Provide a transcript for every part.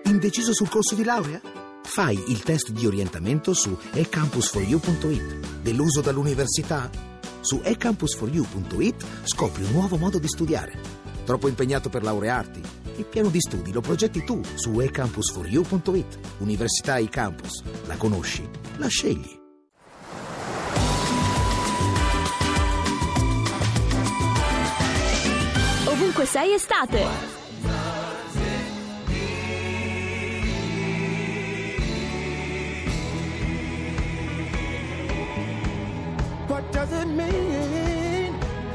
Indeciso sul corso di laurea? Fai il test di orientamento su ecampus4u.it. Deluso dall'università? Su ecampus4u.it scopri un nuovo modo di studiare. Troppo impegnato per laurearti? Il piano di studi lo progetti tu su ecampus4u.it. Università eCampus. La conosci? La scegli. Ovunque sei estate. What does it mean?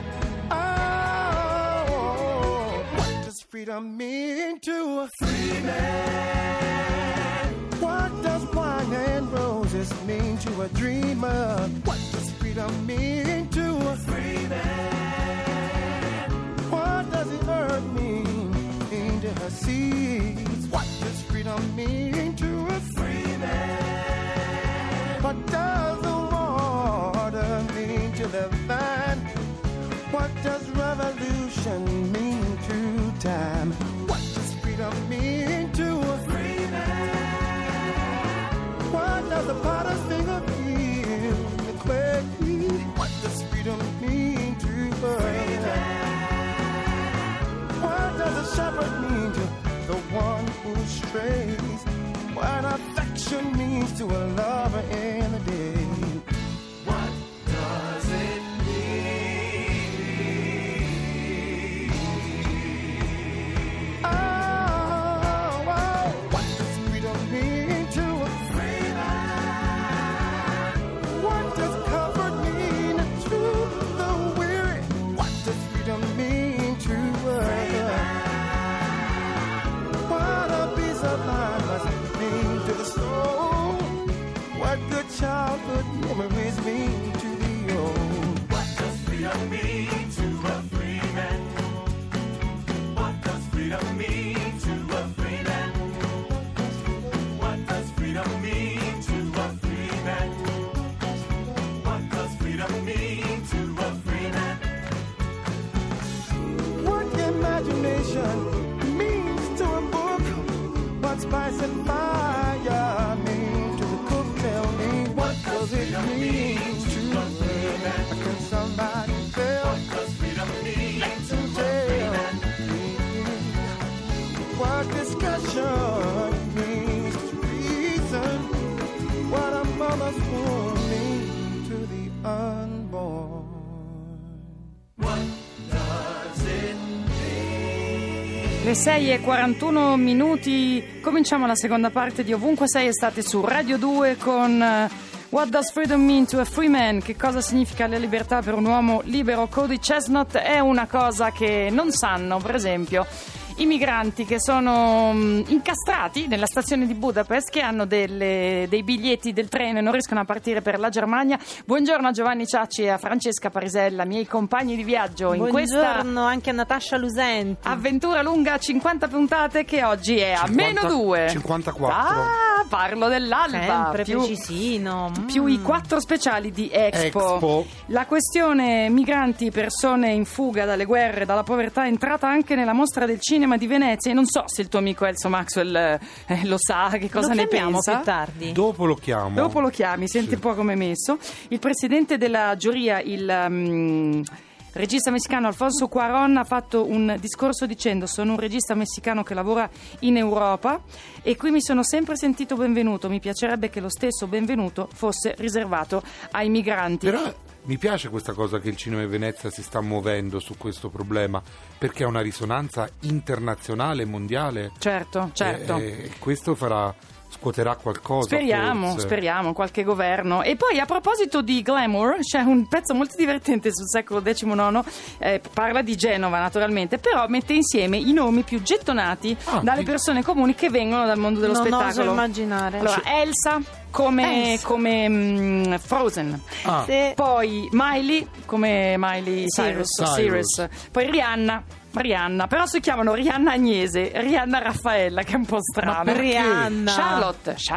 Oh, what does freedom mean to a free man? What does wine and roses mean to a dreamer? What does freedom mean to a free man? What does the earth mean to her seas? What does freedom mean to a free man? What does the water mean to the vine? What does revolution mean to time? What does freedom mean to a free man? What does the potter's finger feel in the clay? What does freedom mean to a free man? What does a shepherd mean to the one who strays? What affection means to a lover in the day? What does it mean? Oh, what does freedom mean to a free man? What does comfort mean to the weary? What does freedom mean to us? What a piece of mind must mean to the soul? What good childhood memories mean to the old? What does freedom mean to a free man? What does freedom mean to a free man? What does freedom mean to a free man? What does freedom mean to a free man? What imagination means to a book? What spice and fire mean to the cook? Tell me, what does it mean to a free man? Can somebody tell? What does freedom mean to a free man? What discussion means to reason? What a mother's womb means to the unborn? What does it mean? Le 6:41. Cominciamo la seconda parte di Ovunque sei estate su Radio 2 con What does freedom mean to a free man? Che cosa significa la libertà per un uomo libero? Cody Chestnut è una cosa che non sanno, per esempio, i migranti che sono incastrati nella stazione di Budapest, che hanno dei biglietti del treno e non riescono a partire per la Germania. Buongiorno a Giovanni Ciacci e a Francesca Parisella, miei compagni di viaggio in questa anche a Natascia Lusenti. avventura lunga 50 puntate che oggi è a -2. 54. Parlo dell'alba. Sempre precisino. Più i 4 speciali di Expo. La questione migranti, persone in fuga dalle guerre, dalla povertà, è entrata anche nella mostra del cinema di Venezia, e non so se il tuo amico Elso Maxwell lo sa, che cosa ne pensa. Più tardi. Dopo lo chiamo. Dopo lo chiami, senti un po' come è messo. Il presidente della giuria, il regista messicano Alfonso Cuarón, ha fatto un discorso dicendo: sono un regista messicano che lavora in Europa e qui mi sono sempre sentito benvenuto, mi piacerebbe che lo stesso benvenuto fosse riservato ai migranti. Però mi piace questa cosa che il cinema di Venezia si sta muovendo su questo problema, perché ha una risonanza internazionale, mondiale. Certo. E questo scuoterà qualcosa. Speriamo, qualche governo. E poi, a proposito di glamour, c'è un pezzo molto divertente sul secolo XIX, parla di Genova naturalmente, però mette insieme i nomi più gettonati dalle persone comuni che vengono dal mondo dello spettacolo. Non oso immaginare. Allora, Elsa come Frozen, Sì. Poi Miley come Miley Cyrus. Poi Rihanna, però si chiamano Rihanna Agnese, Rihanna Raffaella, che è un po' strano. Rihanna.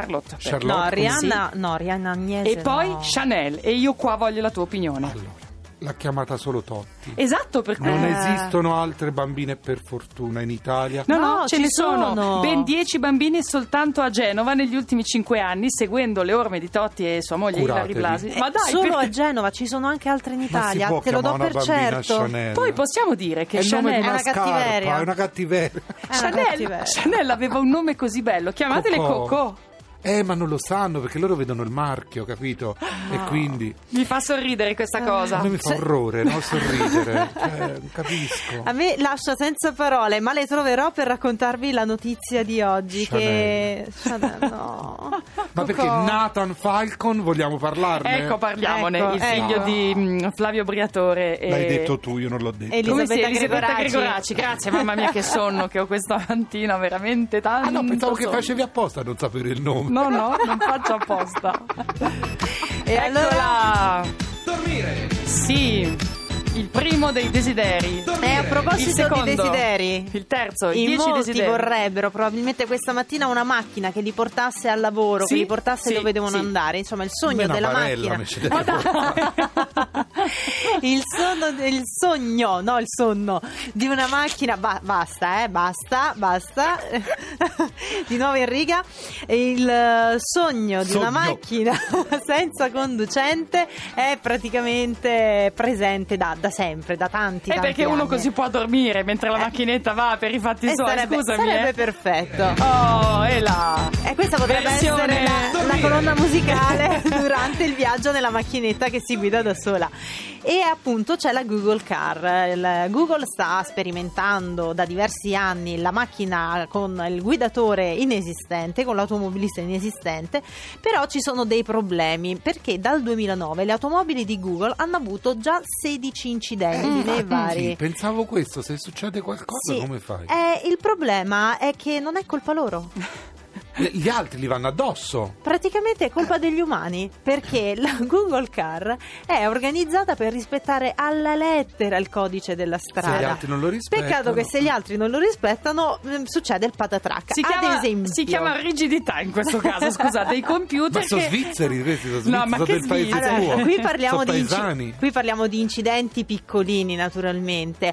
Charlotte. No, Rihanna Agnese. E poi Chanel, e io qua voglio la tua opinione. Allora, l'ha chiamata solo Totti. Esatto, per cui Non esistono altre bambine, per fortuna, in Italia. No, ce ci ne sono sono. ben 10 bambini soltanto a Genova negli ultimi 5 anni, seguendo le orme di Totti e sua moglie Ilary Curatevi. Blasi. Ma dai, Solo perché- a Genova, ci sono anche altre in Ma si Italia, può te lo do chiamare per una bambina certo. Chanel? Poi possiamo dire che È il nome di Chanel, una una scarpa, cattiveria. è una cattiveria. È una cattiveria. Chanel aveva un nome così bello, chiamatele Coco. Ma non lo sanno perché loro vedono il marchio, capito? E quindi Mi fa sorridere questa cosa. a me mi fa orrore, no? Sorridere. Non capisco. A me lascia senza parole, ma le troverò per raccontarvi la notizia di oggi. Che Chanel, no. Ma perché Cocò. Nathan Falcon vogliamo parlarne? Ecco, parliamone, Ecco, il figlio no. di Flavio Briatore. L'hai detto tu, io non l'ho detto. Come sei? Elisabetta Gregoraci. Grazie, mamma mia che sonno che ho questa mattina, veramente tanto. Ah no, pensavo che sonno. facevi apposta a non sapere il nome. No, non faccio apposta. E allora, Dormire. Sì, il primo dei desideri. a Il proposito secondo. di desideri, Il terzo, i in 10 molti desideri. vorrebbero probabilmente questa mattina una macchina che li portasse al lavoro, Sì, che li portasse sì, dove devono sì. andare. Insomma, il sogno Una della barella macchina. mi ci deve portare. il sogno, no, il sonno di una macchina. Basta. Di nuovo in riga. Il sogno di una Sogno. macchina senza conducente è praticamente presente da sempre, da tanti Perché uno anni. così può dormire mentre la macchinetta va per i fatti suoi. sarebbe Scusami. perfetto. Oh, e là. E questa potrebbe Versione- essere la colonna musicale durante il viaggio nella macchinetta che si guida da sola. E appunto c'è la Google Car. Google sta sperimentando da diversi anni la macchina con il guidatore inesistente, con l'automobilista inesistente, però ci sono dei problemi perché dal 2009 le automobili di Google hanno avuto già 16 incidenti nei vari. Sì, pensavo questo, se succede qualcosa Sì. come fai? Il problema è che non è colpa loro. Gli altri li vanno addosso. Praticamente è colpa degli umani, perché la Google Car è organizzata per rispettare alla lettera il codice della strada. Se gli altri non lo rispettano. Peccato che se gli altri non lo rispettano succede il patatrac. Ad esempio, si chiama rigidità in questo caso, scusate, i computer Ma sono che... svizzeri, questi sono No, ma sono che del paese svizzeri? tuo. allora, qui parliamo, Sono di paesani. qui parliamo di incidenti piccolini, naturalmente.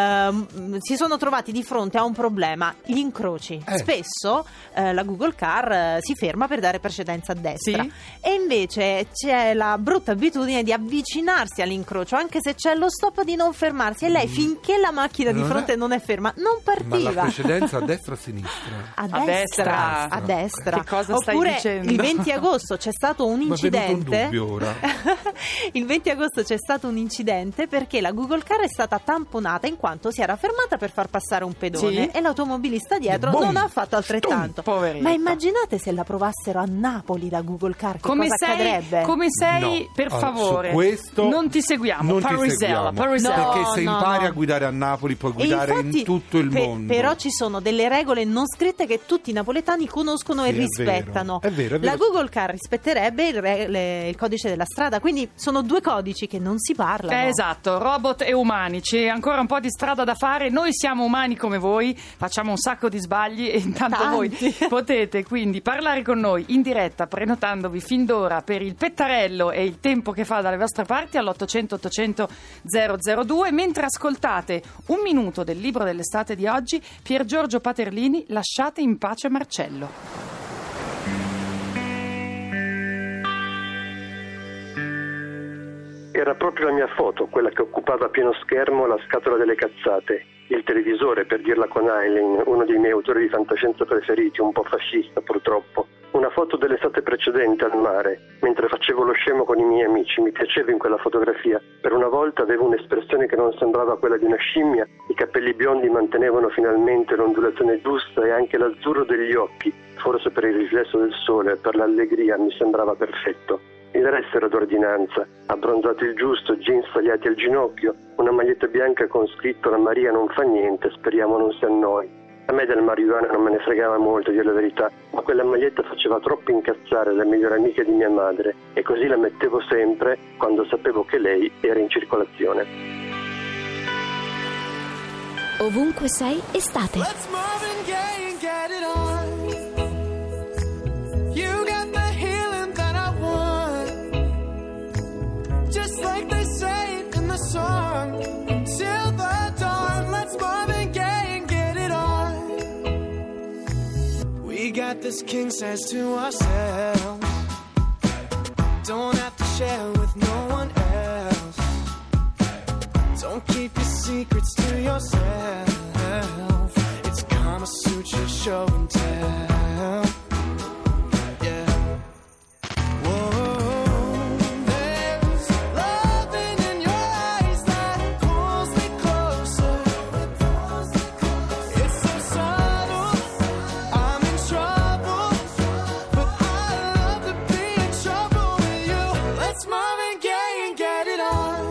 Si sono trovati di fronte a un problema, gli incroci. Spesso la Google Car si ferma per dare precedenza a destra, Sì. e invece c'è la brutta abitudine di avvicinarsi all'incrocio, anche se c'è lo stop di non fermarsi, e lei finché la macchina di Non fronte è- non è ferma non Ma partiva. la precedenza a destra o a sinistra? A A destra. a destra. Che cosa stai Oppure dicendo? il 20 agosto c'è stato un Ma è venuto un incidente. dubbio ora. Il 20 agosto c'è stato un incidente perché la Google Car è stata tamponata in quanto si era fermata per far passare un pedone, Sì. e l'automobilista dietro Boom! non ha fatto altrettanto. Poveretta. Ma immaginate se la provassero a Napoli la Google Car, che Come cosa accadrebbe? come sei, No. per Allora, favore, su questo non ti seguiamo. non ti Parisella, seguiamo. Parisella. No, Perché se impari no. a guidare a Napoli puoi E guidare infatti, in tutto il mondo. Però ci sono delle regole non scritte che tutti i napoletani conoscono Sì, e è rispettano. vero. È vero, è La vero. Google Car rispetterebbe il codice della strada, quindi sono due codici che non si parlano. Esatto, robot e umani, c'è ancora un po' di strada da fare, noi siamo umani come voi, facciamo un sacco di sbagli e intanto Tanti. voi potete quindi parlare con noi in diretta prenotandovi fin d'ora per il pettarello e il tempo che fa dalle vostre parti all'800 800 002, mentre ascoltate un minuto del libro dell'estate di oggi, Pier Giorgio Paterlini, Lasciate in pace Marcello. Era proprio la mia foto, quella che occupava a pieno schermo la scatola delle cazzate, il televisore, per dirla con Heinlein, uno dei miei autori di fantascienza preferiti, un po' fascista purtroppo. Una foto dell'estate precedente al mare, mentre facevo lo scemo con i miei amici. Mi piaceva in quella fotografia. Per una volta avevo un'espressione che non sembrava quella di una scimmia, i capelli biondi mantenevano finalmente l'ondulazione giusta e anche l'azzurro degli occhi, forse per il riflesso del sole, per l'allegria, mi sembrava perfetto. Il resto era d'ordinanza, abbronzato il giusto, jeans tagliati al ginocchio, una maglietta bianca con scritto "La Maria non fa niente, speriamo non si annoi". A me del marijuana non me ne fregava molto, a dire la verità, ma quella maglietta faceva troppo incazzare la migliore amica di mia madre, e così la mettevo sempre quando sapevo che lei era in circolazione. Ovunque sei, estate. Let's Marvin Gaye and get it on. You got the healing that I want. Just like they say in the got this king size to ourselves. Don't have to share with no one else. Don't keep your secrets to yourself. It's Kama Sutra show and tell. Yeah. Whoa, there's loving in your eyes that pulls me closer. It's so subtle, I'm in trouble, but I love to be in trouble with you. Let's Marvin Gaye and get it on.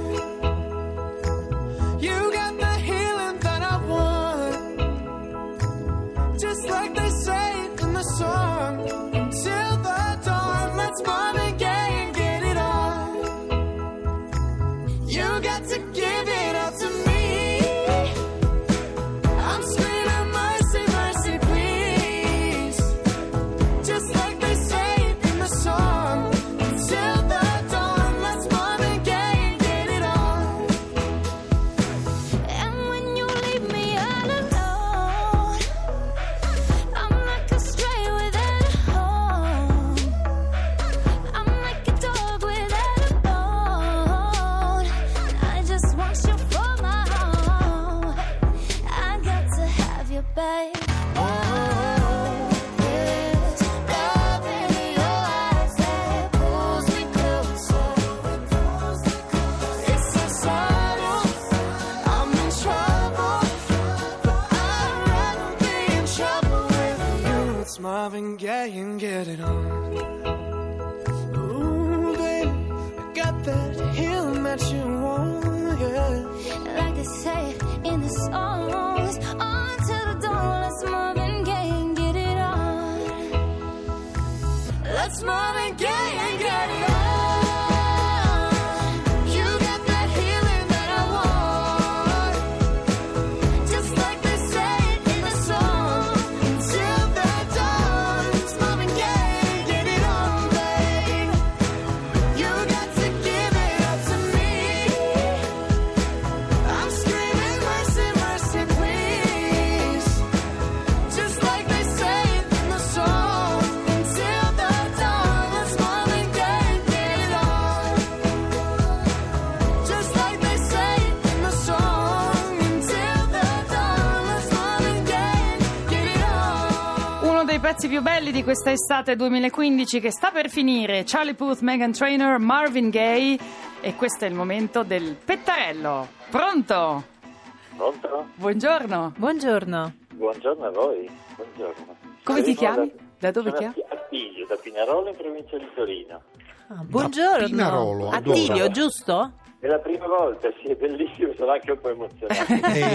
You got the healing that I want, just like they say in the song. Until the dawn, let's Marvin Gaye and get it on. You got to give it up to me. I'm screaming mercy, mercy, please. Just like they say in the song. Until the dawn, let's Marvin Gaye and get it on. And when you leave me all alone, I'm like a stray without a home. I'm like a dog without a bone. I just want you for my home. I got to have you, babe. Oh, there's love in your eyes that pulls me closer. It's so subtle, I'm in trouble, but I'd rather be in trouble with you. It's Marvin Gaye and get it on. Ooh, baby, I got that healing that you want, yeah. Like they say in the songs, on to the dawn, let's Marvin Gaye and get it on. Let's Marvin Gaye and get it on. You got that healing that I want, Just like they say in the song. till the dawn. It's Marvin Gaye and get it on, babe. You got to give it up to me. I'm screaming mercy, mercy, please. Just like they say in the song. Until the dawn, let's Marvin Gaye and get it on. Just like they say in the song. Until the dawn, let's Marvin Gaye and get it on. Uno dei pezzi più belli di questa estate 2015 che sta per finire. Charlie Puth, Meghan Trainor, Marvin Gaye. E questo è il momento del pettarello. Pronto? Pronto? Buongiorno. Buongiorno. Buongiorno a voi, buongiorno. Come ti Arrivo chiami? Da dove chiami? Attilio, da Pinerolo in provincia di Torino. Ah, buongiorno. Pinarolo, Attilio, adoro. giusto? È la prima volta, sì, è bellissimo, sono anche un po' emozionato.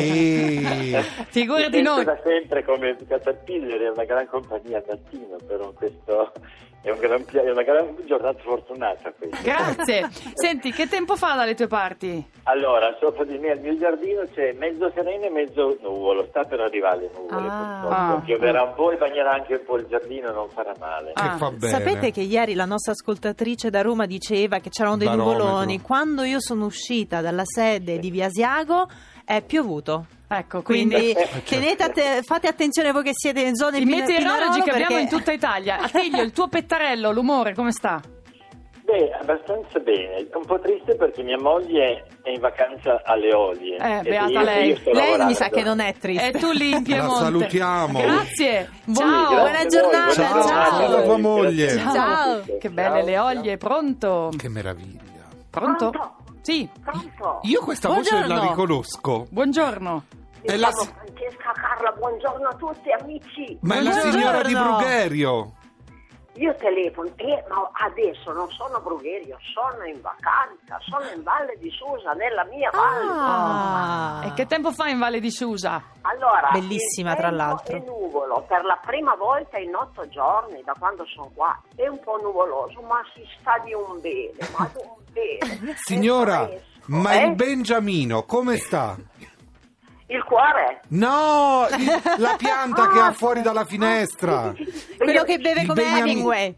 Figurati Mi sento noi. da sempre come Caterpillar, è una gran compagnia al mattino, però questo è una gran giornata fortunata questa. Grazie. Senti, che tempo fa dalle tue parti? Allora, sopra di me al mio giardino c'è mezzo sereno e mezzo nuvolo, sta per arrivare le nuvole, purtroppo. Pioverà un po' e bagnerà anche un po' il giardino, non farà male. Che fa bene. Sapete che ieri la nostra ascoltatrice da Roma diceva che c'erano dei Barometro. nuvoloni. Quando io sono uscita dalla sede di Via Asiago è piovuto. Ecco, Quindi quindi fate attenzione voi che siete in zone i meteorologi che abbiamo perché... in tutta Italia. Attilio, il tuo pettarello, l'umore, come sta? Beh, abbastanza bene, un po' triste perché mia moglie è in vacanza alle Olie. E beata io lei. sto Lei lavorando. mi sa che non è E triste. tu lì in Piemonte. La salutiamo. Grazie. Ciao, Ciao. buona giornata. Ciao, Ciao. alla tua moglie. Ciao. Ciao. Che belle le olie, pronto? Che meraviglia. Pronto? Sì, Pronto? Io questa voce la Buongiorno. riconosco. buongiorno. È Mi la chiamo Francesca Carla, buongiorno a tutti amici. Ma è la Buongiorno. signora di Brugherio. Io telefono, ma adesso non sono a Brugherio, sono in vacanza, sono in Valle di Susa, nella mia valle. Ah. E che tempo fa in Valle di Susa? Allora, Bellissima, il tra tempo l'altro. è nuvolo, per la prima volta in 8 giorni da quando sono qua, è un po' nuvoloso, ma si sta di un bene, ma di un bene. Signora, È fresco, ma il Bengiamino come sta? Il cuore? No, la pianta che ha fuori dalla finestra. Quello che beve Il come Beniamin- Hemingway.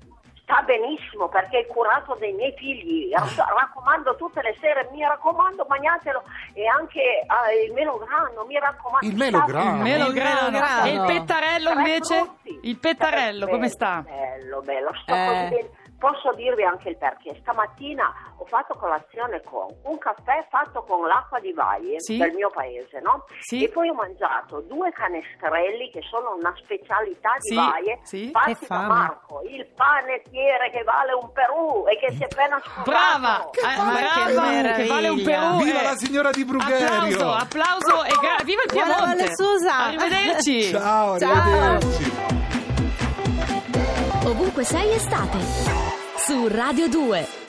sta benissimo perché è curato dai miei figli. Raccomando tutte le sere, mi raccomando, mangiatelo. E anche il melograno, mi raccomando. Il melograno. E il pettarello invece? frutti. Il pettarello come sta? Bello, sto così bene. Posso dirvi anche il perché. Stamattina ho fatto colazione con un caffè fatto con l'acqua di Valle del mio paese, no? Sì. E poi ho mangiato 2 canestrelli che sono una specialità di Valle, fatti da Marco, il panettiere che vale un Perù e che si è appena sposato. Brava! Brava, che vale un Perù. Viva la signora di Brugherio! Applauso e viva il Piemonte! Susa. Arrivederci! Ciao, arrivederci! Ovunque sei estate su Radio 2.